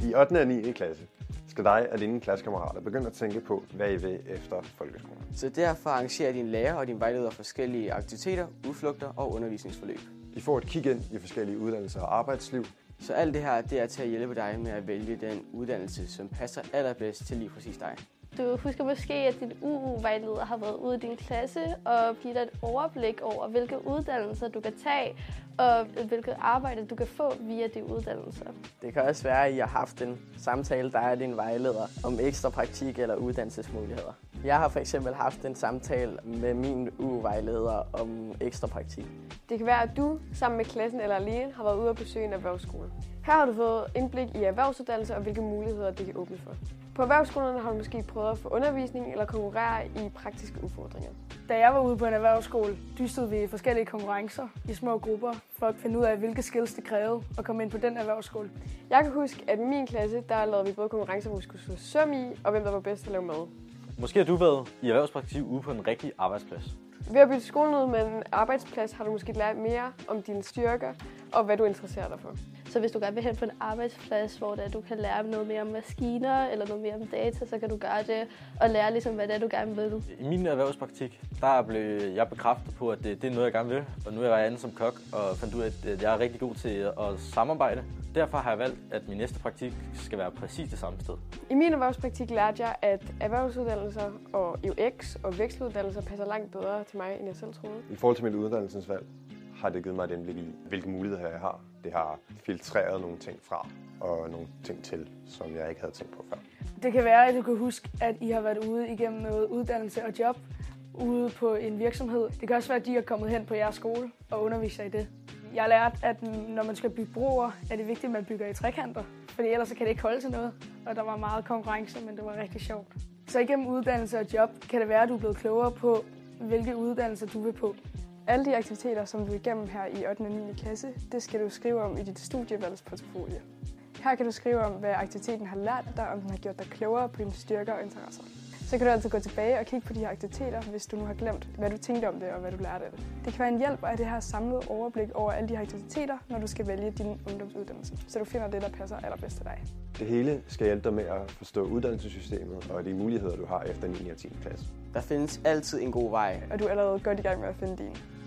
I 8. og 9. klasse skal dig og dine klassekammerater begynde at tænke på, hvad I vil efter folkeskolen. Så derfor arrangerer din lærer og din vejleder forskellige aktiviteter, udflugter og undervisningsforløb. I får et kig ind i forskellige uddannelser og arbejdsliv. Så alt det her, det er til at hjælpe dig med at vælge den uddannelse, som passer allerbedst til lige præcis dig. Du husker måske, at din UU-vejleder har været ude i din klasse og givet dig et overblik over, hvilke uddannelser du kan tage, og hvilket arbejde du kan få via de uddannelser. Det kan også være, at I har haft en samtale, der er din vejleder, om ekstra praktik eller uddannelsesmuligheder. Jeg har for eksempel haft en samtale med min UU-vejleder om ekstra praktik. Det kan være, at du sammen med klassen eller alene har været ude at besøge en erhvervsskole. Her har du fået indblik i erhvervsuddannelser og hvilke muligheder det kan åbne for. På erhvervsskolerne har du måske prøvet at få undervisning eller konkurrere i praktiske udfordringer. Da jeg var ude på en erhvervsskole, dystede vi forskellige konkurrencer i små grupper for at finde ud af, hvilke skills det krævede at komme ind på den erhvervsskole. Jeg kan huske, at i min klasse, der lavede vi både konkurrencer, hvor vi skulle slå søm i, og hvem der var bedst til at lave mad. Måske har du været i erhvervspraktik ude på en rigtig arbejdsplads. Ved at bytte skolen ud med en arbejdsplads, har du måske lært mere om dine styrker og hvad du interesserer dig for. Så hvis du gerne vil hen på en arbejdsplads, hvor du kan lære noget mere om maskiner eller noget mere om data, så kan du gøre det og lære ligesom, hvad det er, du gerne vil. I min erhvervspraktik, der blev jeg bekræftet på, at det er noget, jeg gerne vil. Og nu er jeg andet som kok og fandt ud af, at jeg er rigtig god til at samarbejde. Derfor har jeg valgt, at min næste praktik skal være præcis det samme sted. I min erhvervspraktik lærte jeg, at erhvervsuddannelser og UX og vekseluddannelser passer langt bedre til mig, end jeg selv troede. I forhold til mit uddannelsesvalg har det givet mig et indblik i, hvilke muligheder jeg har. Det har filtreret nogle ting fra og nogle ting til, som jeg ikke havde tænkt på før. Det kan være, at du kan huske, at I har været ude igennem noget uddannelse og job ude på en virksomhed. Det kan også være, at de er kommet hen på jeres skole og underviser i det. Jeg har lært, at når man skal bygge broer, er det vigtigt, at man bygger i trekanter. Fordi ellers kan det ikke holde til noget. Og der var meget konkurrence, men det var rigtig sjovt. Så igennem uddannelse og job kan det være, at du er blevet klogere på, hvilke uddannelser du vil på. Alle de aktiviteter, som du er igennem her i 8. og 9. klasse, det skal du skrive om i dit studievalgsportfolio. Her kan du skrive om, hvad aktiviteten har lært dig, om den har gjort dig klogere på dine styrker og interesser. Så kan du altså gå tilbage og kigge på de her aktiviteter, hvis du nu har glemt, hvad du tænkte om det og hvad du lærte af det. Det kan være en hjælp at have det her samlede overblik over alle de her aktiviteter, når du skal vælge din ungdomsuddannelse, så du finder det, der passer allerbedst til dig. Det hele skal hjælpe dig med at forstå uddannelsessystemet og de muligheder, du har efter 9. og 10. klasse. Der findes altid en god vej. Og du er allerede godt i gang med at finde din.